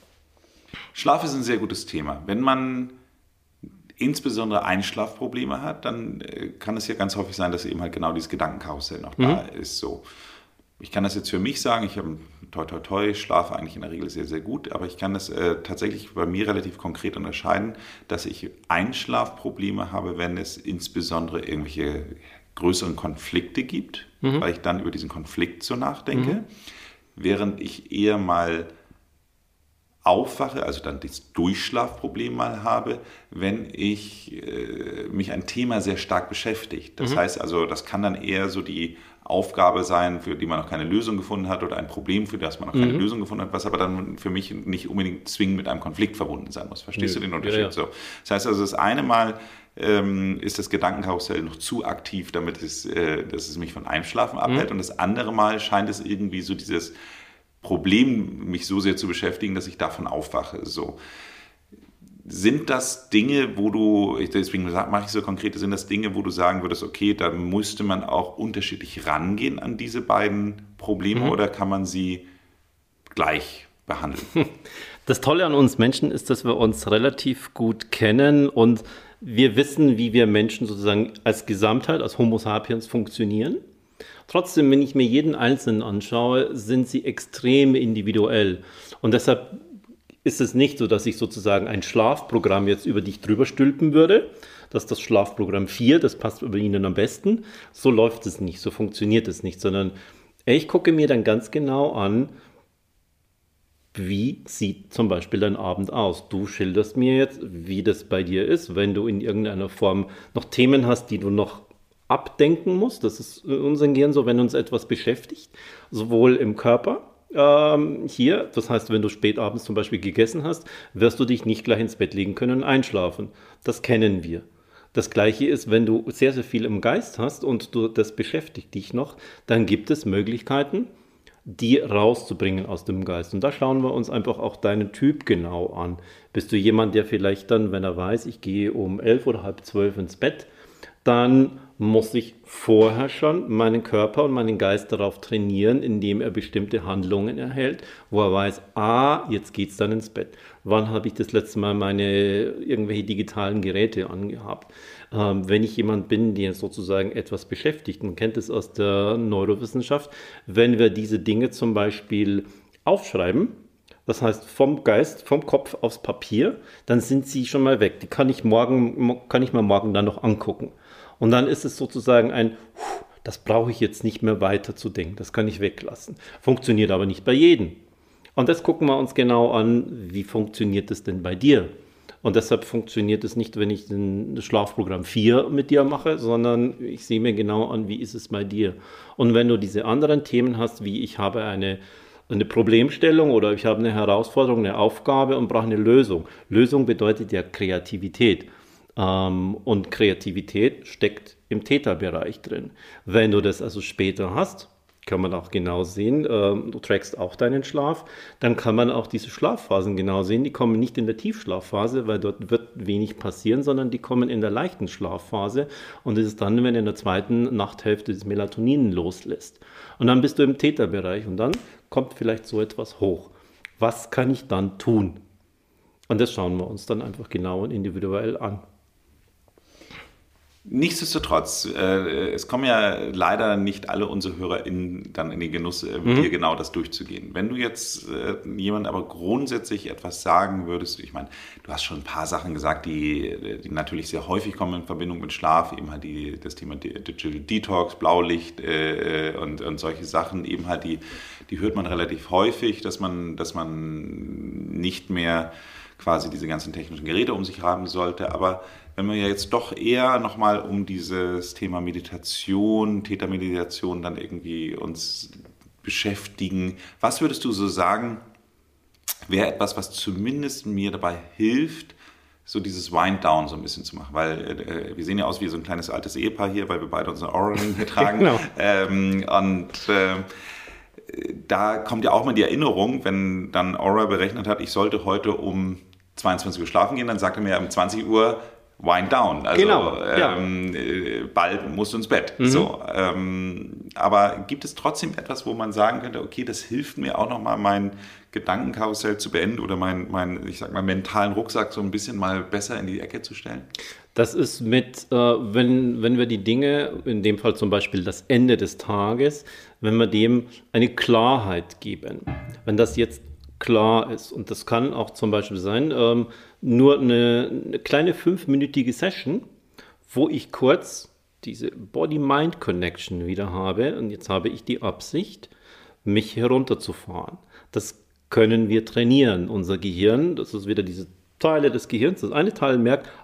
Schlaf ist ein sehr gutes Thema. Wenn man insbesondere Einschlafprobleme hat, dann kann es ja ganz häufig sein, dass eben halt genau dieses Gedankenkarussell noch mhm. da ist. So. Ich kann das jetzt für mich sagen, ich habe toi toi toi, schlafe eigentlich in der Regel sehr, sehr gut, aber ich kann das äh, tatsächlich bei mir relativ konkret unterscheiden, dass ich Einschlafprobleme habe, wenn es insbesondere irgendwelche größeren Konflikte gibt, mhm. weil ich dann über diesen Konflikt so nachdenke, mhm. während ich eher mal aufwache, also dann das Durchschlafproblem mal habe, wenn ich äh, mich ein Thema sehr stark beschäftigt. Das mhm. heißt also, das kann dann eher so die Aufgabe sein, für die man noch keine Lösung gefunden hat oder ein Problem, für das man noch keine mhm. Lösung gefunden hat, was aber dann für mich nicht unbedingt zwingend mit einem Konflikt verbunden sein muss. Verstehst ja, du den Unterschied? Ja, ja. So. Das heißt also, das eine Mal ähm, ist das Gedankenkarussell noch zu aktiv, damit es, äh, dass es mich von Einschlafen abhält. Mhm. Und das andere Mal scheint es irgendwie so dieses Problem, mich so sehr zu beschäftigen, dass ich davon aufwache. So. Sind das Dinge, wo du, deswegen mache ich so konkrete, sind das Dinge, wo du sagen würdest, okay, da müsste man auch unterschiedlich rangehen an diese beiden Probleme, mhm. oder kann man sie gleich behandeln? Das Tolle an uns Menschen ist, dass wir uns relativ gut kennen und wir wissen, wie wir Menschen sozusagen als Gesamtheit, als Homo sapiens funktionieren. Trotzdem, wenn ich mir jeden Einzelnen anschaue, sind sie extrem individuell. Und deshalb ist es nicht so, dass ich sozusagen ein Schlafprogramm jetzt über dich drüber stülpen würde. Das ist das Schlafprogramm vier, das passt über Ihnen am besten. So läuft es nicht, so funktioniert es nicht, sondern ich gucke mir dann ganz genau an, wie sieht zum Beispiel dein Abend aus? Du schilderst mir jetzt, wie das bei dir ist, wenn du in irgendeiner Form noch Themen hast, die du noch abdenken musst. Das ist in unserem Gehirn so, wenn uns etwas beschäftigt, sowohl im Körper, ähm, hier, das heißt, wenn du spät abends zum Beispiel gegessen hast, wirst du dich nicht gleich ins Bett legen können und einschlafen. Das kennen wir. Das Gleiche ist, wenn du sehr, sehr viel im Geist hast und du, das beschäftigt dich noch, dann gibt es Möglichkeiten, die rauszubringen aus dem Geist. Und da schauen wir uns einfach auch deinen Typ genau an. Bist du jemand, der vielleicht dann, wenn er weiß, ich gehe um elf oder halb zwölf ins Bett, dann muss ich vorher schon meinen Körper und meinen Geist darauf trainieren, indem er bestimmte Handlungen erhält, wo er weiß, ah, jetzt geht's dann ins Bett. Wann habe ich das letzte Mal meine irgendwelche digitalen Geräte angehabt? Ähm, wenn ich jemand bin, der sozusagen etwas beschäftigt, man kennt es aus der Neurowissenschaft, wenn wir diese Dinge zum Beispiel aufschreiben, das heißt vom Geist, vom Kopf aufs Papier, dann sind sie schon mal weg. Die kann ich morgen, kann ich mir morgen dann noch angucken. Und dann ist es sozusagen ein, das brauche ich jetzt nicht mehr weiter zu denken, das kann ich weglassen. Funktioniert aber nicht bei jedem. Und das gucken wir uns genau an, wie funktioniert es denn bei dir? Und deshalb funktioniert es nicht, wenn ich das Schlafprogramm vier mit dir mache, sondern ich sehe mir genau an, wie ist es bei dir. Und wenn du diese anderen Themen hast, wie ich habe eine, eine Problemstellung oder ich habe eine Herausforderung, eine Aufgabe und brauche eine Lösung. Lösung bedeutet ja Kreativität. Ähm, und Kreativität steckt im Theta-Bereich drin. Wenn du das also später hast, kann man auch genau sehen, ähm, du trackst auch deinen Schlaf, dann kann man auch diese Schlafphasen genau sehen. Die kommen nicht in der Tiefschlafphase, weil dort wird wenig passieren, sondern die kommen in der leichten Schlafphase. Und das ist dann, wenn in der zweiten Nachthälfte das Melatonin loslässt. Und dann bist du im Theta-Bereich und dann kommt vielleicht so etwas hoch. Was kann ich dann tun? Und das schauen wir uns dann einfach genau und individuell an. Nichtsdestotrotz, äh, es kommen ja leider nicht alle unsere HörerInnen dann in den Genuss, äh, mit Mhm. dir genau das durchzugehen. Wenn du jetzt äh, jemand aber grundsätzlich etwas sagen würdest, ich meine, du hast schon ein paar Sachen gesagt, die, die natürlich sehr häufig kommen in Verbindung mit Schlaf, eben halt die, das Thema Digital Detox, Blaulicht äh, und, und solche Sachen, eben halt die, die hört man relativ häufig, dass man, dass man nicht mehr quasi diese ganzen technischen Geräte um sich haben sollte, aber wenn wir ja jetzt doch eher nochmal um dieses Thema Meditation, Theta-Meditation dann irgendwie uns beschäftigen, was würdest du so sagen, wäre etwas, was zumindest mir dabei hilft, so dieses Wind-Down so ein bisschen zu machen, weil äh, wir sehen ja aus wie so ein kleines altes Ehepaar hier, weil wir beide unseren Oura-Ring hier tragen. Genau. Ähm, und äh, da kommt ja auch mal die Erinnerung, wenn dann Oura berechnet hat, ich sollte heute um zweiundzwanzig Uhr schlafen gehen, dann sagt er mir um zwanzig Uhr Wind down, also genau, ja. ähm, bald musst du ins Bett. Mhm. So, ähm, aber gibt es trotzdem etwas, wo man sagen könnte, okay, das hilft mir auch nochmal mein Gedankenkarussell zu beenden oder meinen, mein, ich sag mal, mentalen Rucksack so ein bisschen mal besser in die Ecke zu stellen? Das ist mit, äh, wenn, wenn wir die Dinge, in dem Fall zum Beispiel das Ende des Tages, wenn wir dem eine Klarheit geben, wenn das jetzt klar ist. Und das kann auch zum Beispiel sein, ähm, nur eine, eine kleine fünfminütige Session, wo ich kurz diese Body-Mind-Connection wieder habe. Und jetzt habe ich die Absicht, mich herunterzufahren. Das können wir trainieren. Unser Gehirn, das ist wieder diese Teile des Gehirns. Das eine Teil merkt,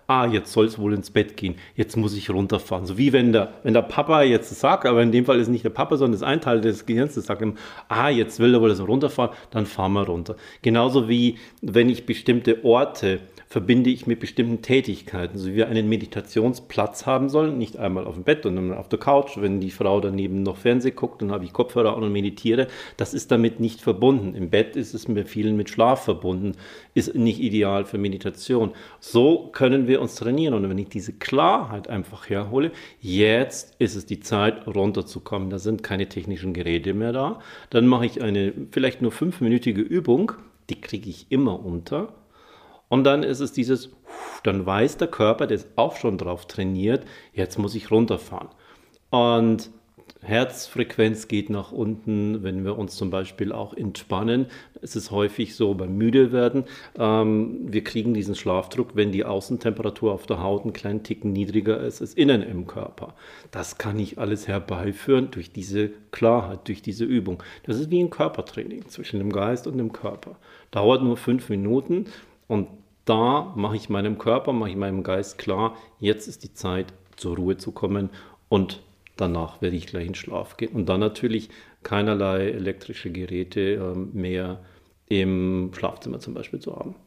ah, jetzt soll es wohl ins Bett gehen, jetzt muss ich runterfahren. So wie wenn der, wenn der Papa jetzt sagt, aber in dem Fall ist nicht der Papa, sondern das ein Teil des Gehirns, das sagt ihm, ah, jetzt will er wohl so runterfahren, dann fahren wir runter. Genauso wie wenn ich bestimmte Orte verbinde ich mit bestimmten Tätigkeiten, so wie wir einen Meditationsplatz haben sollen, nicht einmal auf dem Bett und dann auf der Couch, wenn die Frau daneben noch Fernsehen guckt, dann habe ich Kopfhörer an und meditiere, das ist damit nicht verbunden. Im Bett ist es mit vielen mit Schlaf verbunden, ist nicht ideal für Meditation. So können wir uns trainieren und wenn ich diese Klarheit einfach herhole, jetzt ist es die Zeit runterzukommen, da sind keine technischen Geräte mehr da, dann mache ich eine vielleicht nur fünfminütige Übung, die kriege ich immer unter. Und dann ist es dieses, dann weiß der Körper, der ist auch schon drauf trainiert, jetzt muss ich runterfahren. Und Herzfrequenz geht nach unten, wenn wir uns zum Beispiel auch entspannen. Es ist häufig so beim Müdewerden, ähm, wir kriegen diesen Schlafdruck, wenn die Außentemperatur auf der Haut einen kleinen Ticken niedriger ist als innen im Körper. Das kann ich alles herbeiführen durch diese Klarheit, durch diese Übung. Das ist wie ein Körpertraining zwischen dem Geist und dem Körper. Dauert nur fünf Minuten. Und da mache ich meinem Körper, mache ich meinem Geist klar, jetzt ist die Zeit, zur Ruhe zu kommen und danach werde ich gleich in Schlaf gehen. Und dann natürlich keinerlei elektrische Geräte mehr im Schlafzimmer zum Beispiel zu haben.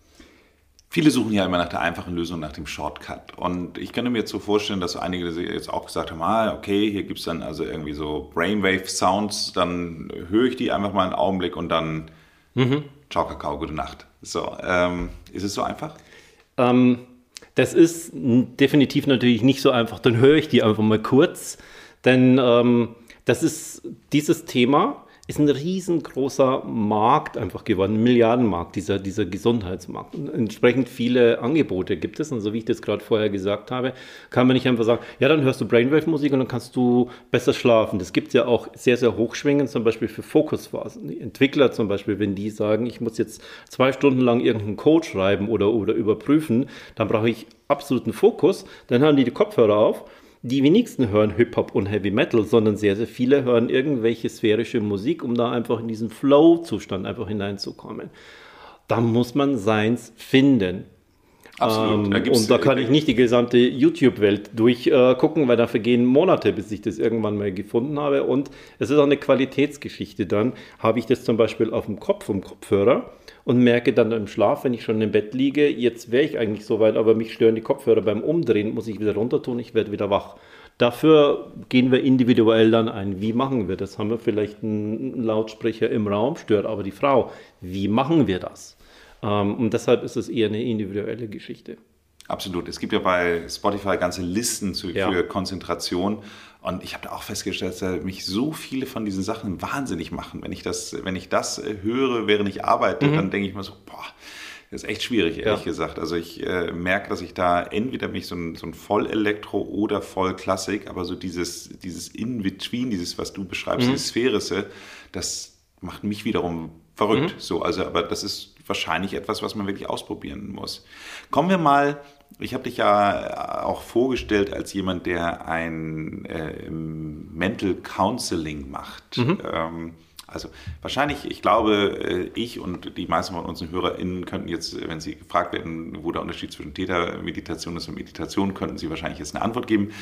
Viele suchen ja immer nach der einfachen Lösung, nach dem Shortcut. Und ich könnte mir jetzt so vorstellen, dass einige jetzt auch gesagt haben, ah, okay, hier gibt es dann also irgendwie so Brainwave-Sounds, dann höre ich die einfach mal einen Augenblick und dann mhm. Ciao, Kakao, gute Nacht. So, ähm, ist es so einfach? Ähm, das ist definitiv natürlich nicht so einfach. Dann höre ich die einfach mal kurz, denn ähm, das ist dieses Thema ist ein riesengroßer Markt einfach geworden, ein Milliardenmarkt, dieser, dieser Gesundheitsmarkt. Und entsprechend viele Angebote gibt es. Und so wie ich das gerade vorher gesagt habe, kann man nicht einfach sagen, ja, dann hörst du Brainwave-Musik und dann kannst du besser schlafen. Das gibt es ja auch sehr, sehr hochschwingend, zum Beispiel für Fokusphasen. Die Entwickler zum Beispiel, wenn die sagen, ich muss jetzt zwei Stunden lang irgendeinen Code schreiben oder, oder überprüfen, dann brauche ich absoluten Fokus. Dann haben die die Kopfhörer auf. Die wenigsten hören Hip-Hop und Heavy Metal, sondern sehr, sehr viele hören irgendwelche sphärische Musik, um da einfach in diesen Flow-Zustand einfach hineinzukommen. Da muss man seins finden. Absolut. Ähm, da und da kann ich nicht die gesamte YouTube-Welt durchgucken, äh, weil da vergehen Monate, bis ich das irgendwann mal gefunden habe. Und es ist auch eine Qualitätsgeschichte dann. Habe ich das zum Beispiel auf dem Kopf, vom Kopfhörer und merke dann im Schlaf, wenn ich schon im Bett liege, jetzt wäre ich eigentlich so weit, aber mich stören die Kopfhörer beim Umdrehen, muss ich wieder runter tun, ich werde wieder wach. Dafür gehen wir individuell dann ein. Wie machen wir das? Haben wir vielleicht einen Lautsprecher im Raum, stört aber die Frau. Wie machen wir das? Und deshalb ist es eher eine individuelle Geschichte. Absolut. Es gibt ja bei Spotify ganze Listen zu, ja. für Konzentration. Und ich habe da auch festgestellt, dass mich so viele von diesen Sachen wahnsinnig machen. Wenn ich das, wenn ich das höre, während ich arbeite, mhm. dann denke ich mir so, boah, das ist echt schwierig, ehrlich ja. gesagt. Also ich äh, merke, dass ich da entweder mich so ein, so ein Voll-Elektro oder Voll-Klassik, aber so dieses, dieses In-Between, dieses, was du beschreibst, mhm. dieses Sphärische, das macht mich wiederum verrückt. Mhm. So, also, aber das ist wahrscheinlich etwas, was man wirklich ausprobieren muss. Kommen wir mal, ich habe dich ja auch vorgestellt als jemand, der ein äh, Mental Counseling macht. Mhm. Ähm, also wahrscheinlich, ich glaube, ich und die meisten von unseren HörerInnen könnten jetzt, wenn sie gefragt werden, wo der Unterschied zwischen Theta-Meditation ist und Meditation, könnten sie wahrscheinlich jetzt eine Antwort geben.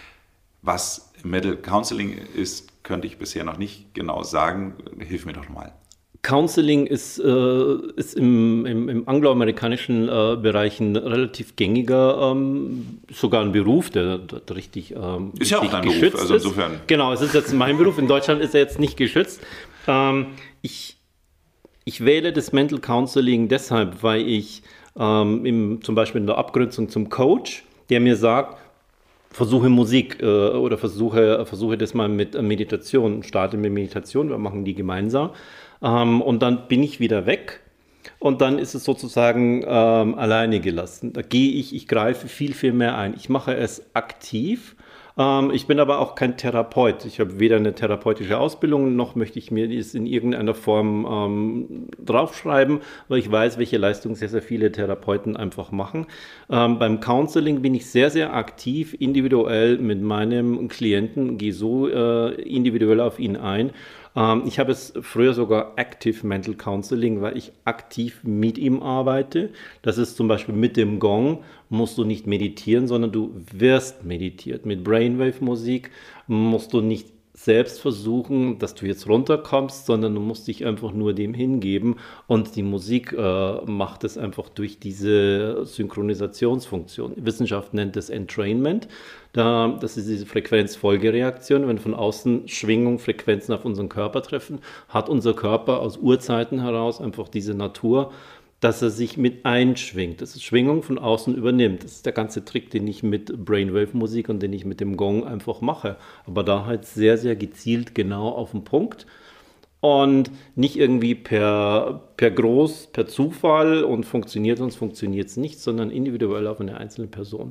Was Mental Counseling ist, könnte ich bisher noch nicht genau sagen. Hilf mir doch mal. Counseling ist, äh, ist im, im, im angloamerikanischen äh, Bereich ein relativ gängiger, ähm, sogar ein Beruf, der, der richtig ähm, ist ja auch dein geschützt Beruf, also insofern. Ist. Genau, es ist jetzt mein Beruf. In Deutschland ist er jetzt nicht geschützt. Ähm, ich, ich wähle das Mental Counseling deshalb, weil ich ähm, im, zum Beispiel in der Abgrenzung zum Coach, der mir sagt, versuche Musik äh, oder versuche, versuche das mal mit Meditation, starte mit Meditation, wir machen die gemeinsam. Ähm, und dann bin ich wieder weg und dann ist es sozusagen ähm, alleine gelassen. Da gehe ich, ich greife viel, viel mehr ein. Ich mache es aktiv. Ähm, ich bin aber auch kein Therapeut. Ich habe weder eine therapeutische Ausbildung, noch möchte ich mir das in irgendeiner Form ähm, draufschreiben, weil ich weiß, welche Leistungen sehr, sehr viele Therapeuten einfach machen. Ähm, beim Counseling bin ich sehr, sehr aktiv, individuell mit meinem Klienten, gehe so äh, individuell auf ihn ein. Ähm, ich habe es früher sogar Active Mental Counseling, weil ich aktiv mit ihm arbeite. Das ist zum Beispiel mit dem Gong musst du nicht meditieren, sondern du wirst meditiert. Mit Brainwave-Musik musst du nicht selbst versuchen, dass du jetzt runterkommst, sondern du musst dich einfach nur dem hingeben und die Musik äh, macht es einfach durch diese Synchronisationsfunktion. Wissenschaft nennt es Entrainment. Da, das ist diese Frequenz-Folgereaktion. Wenn von außen Schwingung, Frequenzen auf unseren Körper treffen, hat unser Körper aus Urzeiten heraus einfach diese Natur, dass er sich mit einschwingt, dass es Schwingung von außen übernimmt. Das ist der ganze Trick, den ich mit Brainwave-Musik und den ich mit dem Gong einfach mache. Aber da halt sehr, sehr gezielt genau auf den Punkt und nicht irgendwie per, per Groß, per Zufall und funktioniert, sonst funktioniert es nicht, sondern individuell auf eine einzelne Person.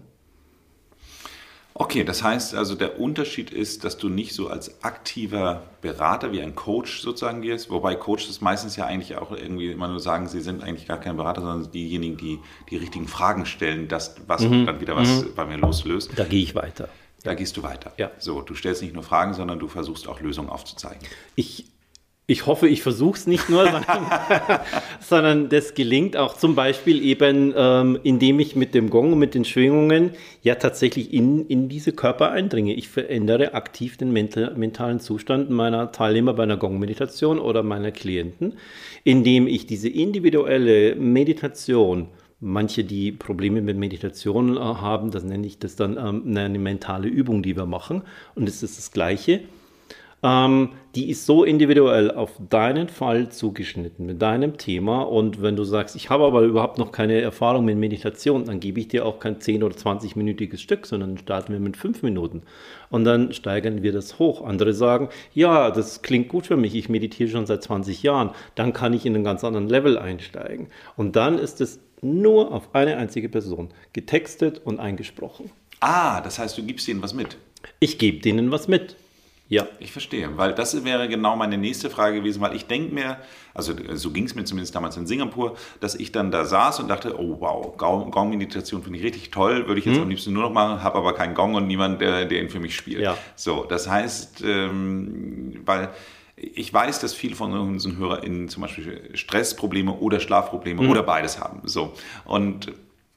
Okay, das heißt also, der Unterschied ist, dass du nicht so als aktiver Berater wie ein Coach sozusagen gehst, wobei Coaches meistens ja eigentlich auch irgendwie immer nur sagen, sie sind eigentlich gar kein Berater, sondern diejenigen, die die richtigen Fragen stellen, das, was mhm. dann wieder was mhm. bei mir loslöst. Da gehe ich weiter. Da ja. gehst du weiter. Ja. So, du stellst nicht nur Fragen, sondern du versuchst auch Lösungen aufzuzeigen. Ich Ich hoffe, ich versuche es nicht nur, sondern, sondern das gelingt auch zum Beispiel eben, ähm, indem ich mit dem Gong und mit den Schwingungen ja tatsächlich in, in diese Körper eindringe. Ich verändere aktiv den mental, mentalen Zustand meiner Teilnehmer bei einer Gong-Meditation oder meiner Klienten, indem ich diese individuelle Meditation, manche, die Probleme mit Meditation äh, haben, das nenne ich das dann ähm, eine mentale Übung, die wir machen, und es ist das Gleiche. Ähm, die ist so individuell auf deinen Fall zugeschnitten, mit deinem Thema. Und wenn du sagst, ich habe aber überhaupt noch keine Erfahrung mit Meditation, dann gebe ich dir auch kein zehn- oder zwanzig-minütiges Stück, sondern starten wir mit fünf Minuten. Und dann steigern wir das hoch. Andere sagen, ja, das klingt gut für mich, ich meditiere schon seit zwanzig Jahren. Dann kann ich in einen ganz anderen Level einsteigen. Und dann ist es nur auf eine einzige Person getextet und eingesprochen. Ah, das heißt, du gibst denen was mit? Ich gebe denen was mit. Ja. Ich verstehe, weil das wäre genau meine nächste Frage gewesen, weil ich denke mir, also so ging es mir zumindest damals in Singapur, dass ich dann da saß und dachte, oh wow, Gong-Meditation finde ich richtig toll, würde ich jetzt hm. am liebsten nur noch machen, habe aber keinen Gong und niemand, der, der ihn für mich spielt. Ja. So, das heißt, ähm, weil ich weiß, dass viele von unseren HörerInnen zum Beispiel Stressprobleme oder Schlafprobleme hm. oder beides haben. So, und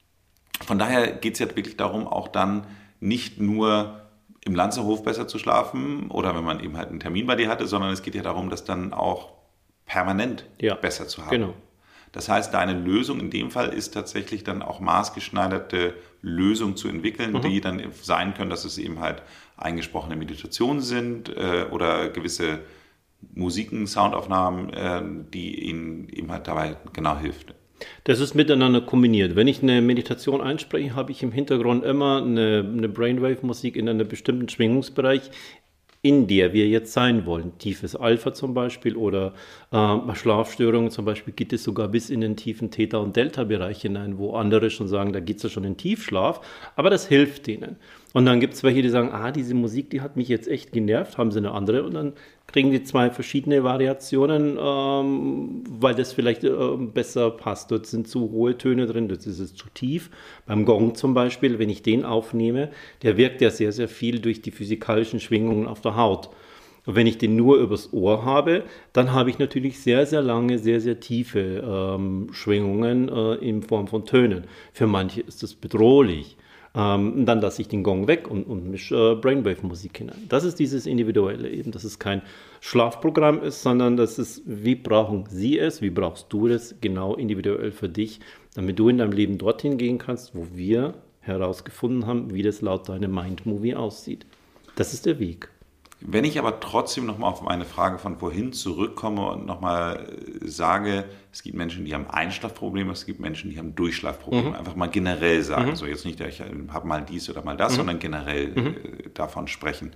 von daher geht es ja wirklich darum, auch dann nicht nur im Lanzerhof besser zu schlafen oder wenn man eben halt einen Termin bei dir hatte, sondern es geht ja darum, das dann auch permanent ja, besser zu haben. Genau. Das heißt, deine Lösung in dem Fall ist tatsächlich dann auch maßgeschneiderte Lösungen zu entwickeln, mhm. die dann sein können, dass es eben halt eingesprochene Meditationen sind äh, oder gewisse Musiken, Soundaufnahmen, äh, die ihnen eben halt dabei genau hilft. Das ist miteinander kombiniert. Wenn ich eine Meditation einspreche, habe ich im Hintergrund immer eine, eine Brainwave-Musik in einem bestimmten Schwingungsbereich, in der wir jetzt sein wollen. Tiefes Alpha zum Beispiel oder äh, bei Schlafstörungen zum Beispiel geht es sogar bis in den tiefen Theta- und Delta-Bereich hinein, wo andere schon sagen, da geht es ja schon in Tiefschlaf, aber das hilft denen. Und dann gibt es welche, die sagen, ah, diese Musik, die hat mich jetzt echt genervt, haben sie eine andere und dann kriegen die zwei verschiedene Variationen, ähm, weil das vielleicht äh, besser passt. Dort sind zu hohe Töne drin, dort ist es zu tief. Beim Gong zum Beispiel, wenn ich den aufnehme, der wirkt ja sehr, sehr viel durch die physikalischen Schwingungen auf der Haut. Und wenn ich den nur übers Ohr habe, dann habe ich natürlich sehr, sehr lange, sehr, sehr tiefe ähm, Schwingungen äh, in Form von Tönen. Für manche ist das bedrohlich. Ähm, dann lasse ich den Gong weg und, und mische äh, Brainwave-Musik hinein. Das ist dieses Individuelle eben, dass es kein Schlafprogramm ist, sondern dass es, wie brauchen Sie es, wie brauchst du es genau individuell für dich, damit du in deinem Leben dorthin gehen kannst, wo wir herausgefunden haben, wie das laut deinem Mind-Movie aussieht. Das ist der Weg. Wenn ich aber trotzdem nochmal auf meine Frage von vorhin zurückkomme und nochmal sage, es gibt Menschen, die haben Einschlafprobleme, es gibt Menschen, die haben Durchschlafprobleme. Mhm. Einfach mal generell sagen, mhm. so jetzt nicht, ich habe mal dies oder mal das, mhm. sondern generell mhm. davon sprechen.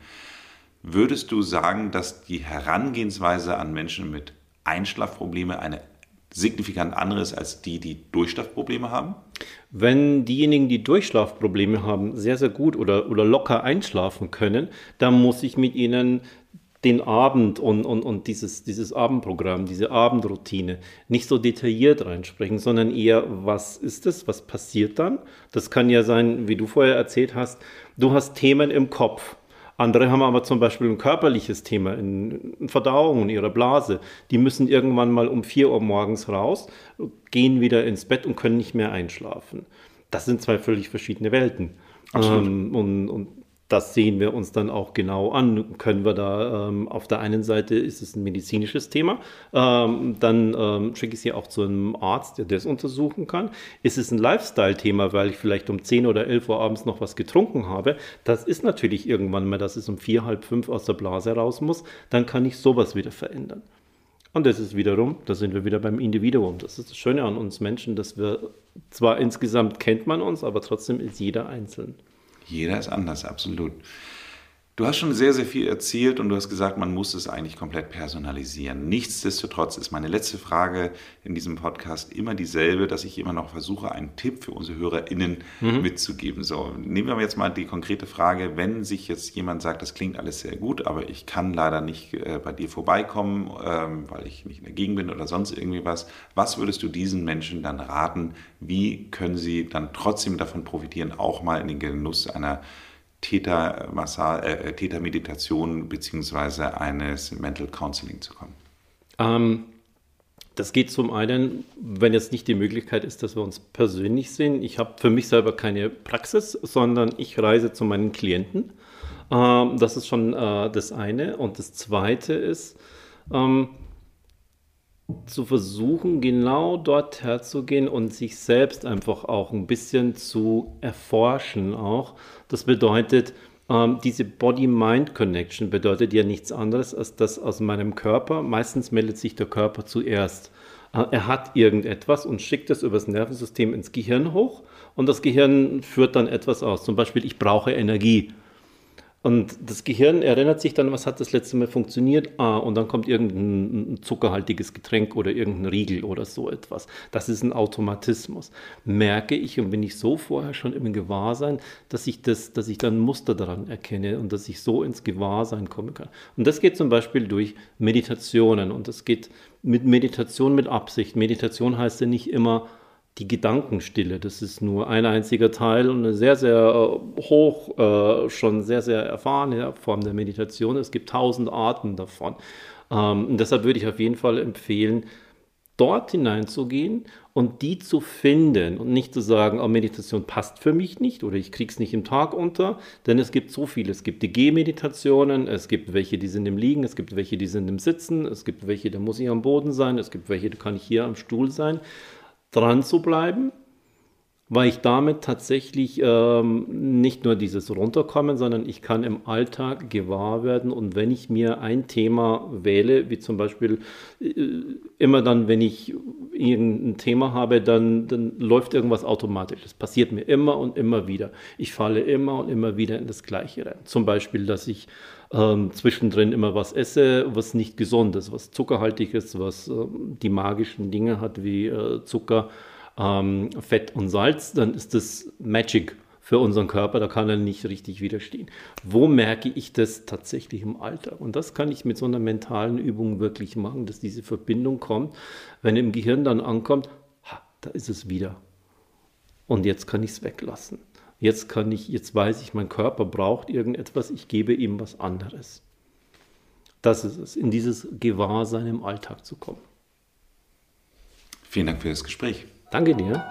Würdest du sagen, dass die Herangehensweise an Menschen mit Einschlafprobleme eine signifikant andere ist als die, die Durchschlafprobleme haben? Wenn diejenigen, die Durchschlafprobleme haben, sehr, sehr gut oder, oder locker einschlafen können, dann muss ich mit ihnen den Abend und, und, und dieses, dieses Abendprogramm, diese Abendroutine nicht so detailliert reinsprechen, sondern eher, was ist es, was passiert dann? Das kann ja sein, wie du vorher erzählt hast, du hast Themen im Kopf, Andere haben aber zum Beispiel ein körperliches Thema, in, in Verdauung in ihrer Blase. Die müssen irgendwann mal um vier Uhr morgens raus, gehen wieder ins Bett und können nicht mehr einschlafen. Das sind zwei völlig verschiedene Welten. Ähm, und, und das sehen wir uns dann auch genau an. Können wir da, ähm, auf der einen Seite ist es ein medizinisches Thema, ähm, dann ähm, schicke ich sie auch zu einem Arzt, der das untersuchen kann. Ist es ein Lifestyle-Thema, weil ich vielleicht um zehn oder elf Uhr abends noch was getrunken habe? Das ist natürlich irgendwann mal, dass es um vier, halb fünf aus der Blase raus muss. Dann kann ich sowas wieder verändern. Und das ist wiederum, da sind wir wieder beim Individuum. Das ist das Schöne an uns Menschen, dass wir, zwar insgesamt kennt man uns, aber trotzdem ist jeder einzeln. Jeder ist anders, absolut. Du hast schon sehr, sehr viel erzählt und du hast gesagt, man muss es eigentlich komplett personalisieren. Nichtsdestotrotz ist meine letzte Frage in diesem Podcast immer dieselbe, dass ich immer noch versuche, einen Tipp für unsere HörerInnen mhm. mitzugeben. So, nehmen wir jetzt mal die konkrete Frage, wenn sich jetzt jemand sagt, das klingt alles sehr gut, aber ich kann leider nicht äh, bei dir vorbeikommen, ähm, weil ich nicht in der Gegend bin oder sonst irgendwie was. Was würdest du diesen Menschen dann raten? Wie können sie dann trotzdem davon profitieren, auch mal in den Genuss einer Theta-Meditation beziehungsweise eines Mental Counseling zu kommen? Ähm, das geht zum einen, wenn jetzt nicht die Möglichkeit ist, dass wir uns persönlich sehen. Ich habe für mich selber keine Praxis, sondern ich reise zu meinen Klienten. Ähm, das ist schon äh, das eine. Und das zweite ist, ähm, zu versuchen, genau dort herzugehen und sich selbst einfach auch ein bisschen zu erforschen auch. Das bedeutet, ähm, diese Body-Mind-Connection bedeutet ja nichts anderes, als dass aus meinem Körper, meistens meldet sich der Körper zuerst. Äh, er hat irgendetwas und schickt es übers Nervensystem ins Gehirn hoch und das Gehirn führt dann etwas aus. Zum Beispiel, ich brauche Energie. Und das Gehirn erinnert sich dann, was hat das letzte Mal funktioniert? Ah, und dann kommt irgendein zuckerhaltiges Getränk oder irgendein Riegel oder so etwas. Das ist ein Automatismus. Merke ich und bin ich so vorher schon im Gewahrsein, dass ich, das, dass ich dann Muster daran erkenne und dass ich so ins Gewahrsein kommen kann. Und das geht zum Beispiel durch Meditationen und das geht mit Meditation mit Absicht. Meditation heißt ja nicht immer die Gedankenstille, das ist nur ein einziger Teil und eine sehr, sehr äh, hoch, äh, schon sehr, sehr erfahrene Form der Meditation. Es gibt tausend Arten davon. Ähm, und deshalb würde ich auf jeden Fall empfehlen, dort hineinzugehen und die zu finden und nicht zu sagen, oh, Meditation passt für mich nicht oder ich kriege es nicht im Tag unter, denn es gibt so viele. Es gibt die Gehmeditationen, es gibt welche, die sind im Liegen, es gibt welche, die sind im Sitzen, es gibt welche, da muss ich am Boden sein, es gibt welche, da kann ich hier am Stuhl sein. Dran zu bleiben, weil ich damit tatsächlich ähm, nicht nur dieses Runterkommen, sondern ich kann im Alltag gewahr werden und wenn ich mir ein Thema wähle, wie zum Beispiel äh, immer dann, wenn ich irgendein Thema habe, dann, dann läuft irgendwas automatisch. Das passiert mir immer und immer wieder. Ich falle immer und immer wieder in das Gleiche rein. Zum Beispiel, dass ich ähm, zwischendrin immer was esse, was nicht gesund ist, was zuckerhaltig ist, was ähm, die magischen Dinge hat wie äh, Zucker, ähm, Fett und Salz, dann ist das Magic für unseren Körper, da kann er nicht richtig widerstehen. Wo merke ich das tatsächlich im Alltag? Und das kann ich mit so einer mentalen Übung wirklich machen, dass diese Verbindung kommt, wenn im Gehirn dann ankommt, ha, da ist es wieder. Und jetzt kann ich es weglassen. Jetzt kann ich, jetzt weiß ich, mein Körper braucht irgendetwas, ich gebe ihm was anderes. Das ist es, in dieses Gewahrsein im Alltag zu kommen. Vielen Dank für das Gespräch. Danke dir.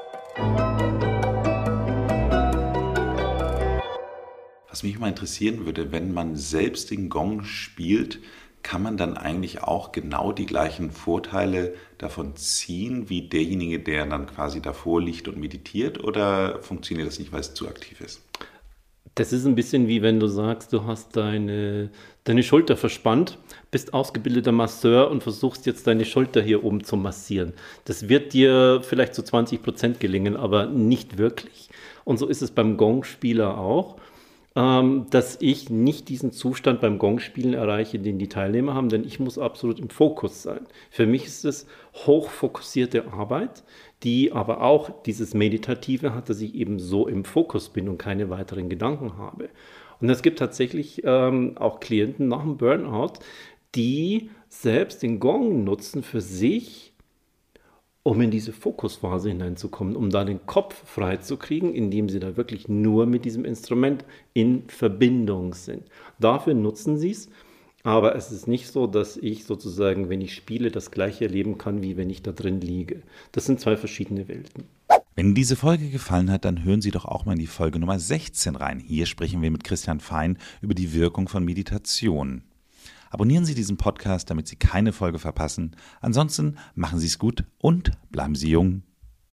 Was mich mal interessieren würde, wenn man selbst den Gong spielt, kann man dann eigentlich auch genau die gleichen Vorteile davon ziehen, wie derjenige, der dann quasi davor liegt und meditiert, oder funktioniert das nicht, weil es zu aktiv ist? Das ist ein bisschen wie wenn du sagst, du hast deine, deine Schulter verspannt, bist ausgebildeter Masseur und versuchst jetzt deine Schulter hier oben zu massieren. Das wird dir vielleicht zu zwanzig Prozent gelingen, aber nicht wirklich. Und so ist es beim Gongspieler auch, ähm, dass ich nicht diesen Zustand beim Gongspielen erreiche, den die Teilnehmer haben, denn ich muss absolut im Fokus sein. Für mich ist es hochfokussierte Arbeit, die aber auch dieses Meditative hat, dass ich eben so im Fokus bin und keine weiteren Gedanken habe. Und es gibt tatsächlich ähm, auch Klienten nach dem Burnout, die selbst den Gong nutzen für sich, um in diese Fokusphase hineinzukommen, um da den Kopf frei zu kriegen, indem sie da wirklich nur mit diesem Instrument in Verbindung sind. Dafür nutzen sie es, aber es ist nicht so, dass ich sozusagen, wenn ich spiele, das gleiche erleben kann, wie wenn ich da drin liege. Das sind zwei verschiedene Welten. Wenn diese Folge gefallen hat, dann hören Sie doch auch mal in die Folge Nummer sechzehn rein. Hier sprechen wir mit Christian Fein über die Wirkung von Meditation. Abonnieren Sie diesen Podcast, damit Sie keine Folge verpassen. Ansonsten machen Sie es gut und bleiben Sie jung.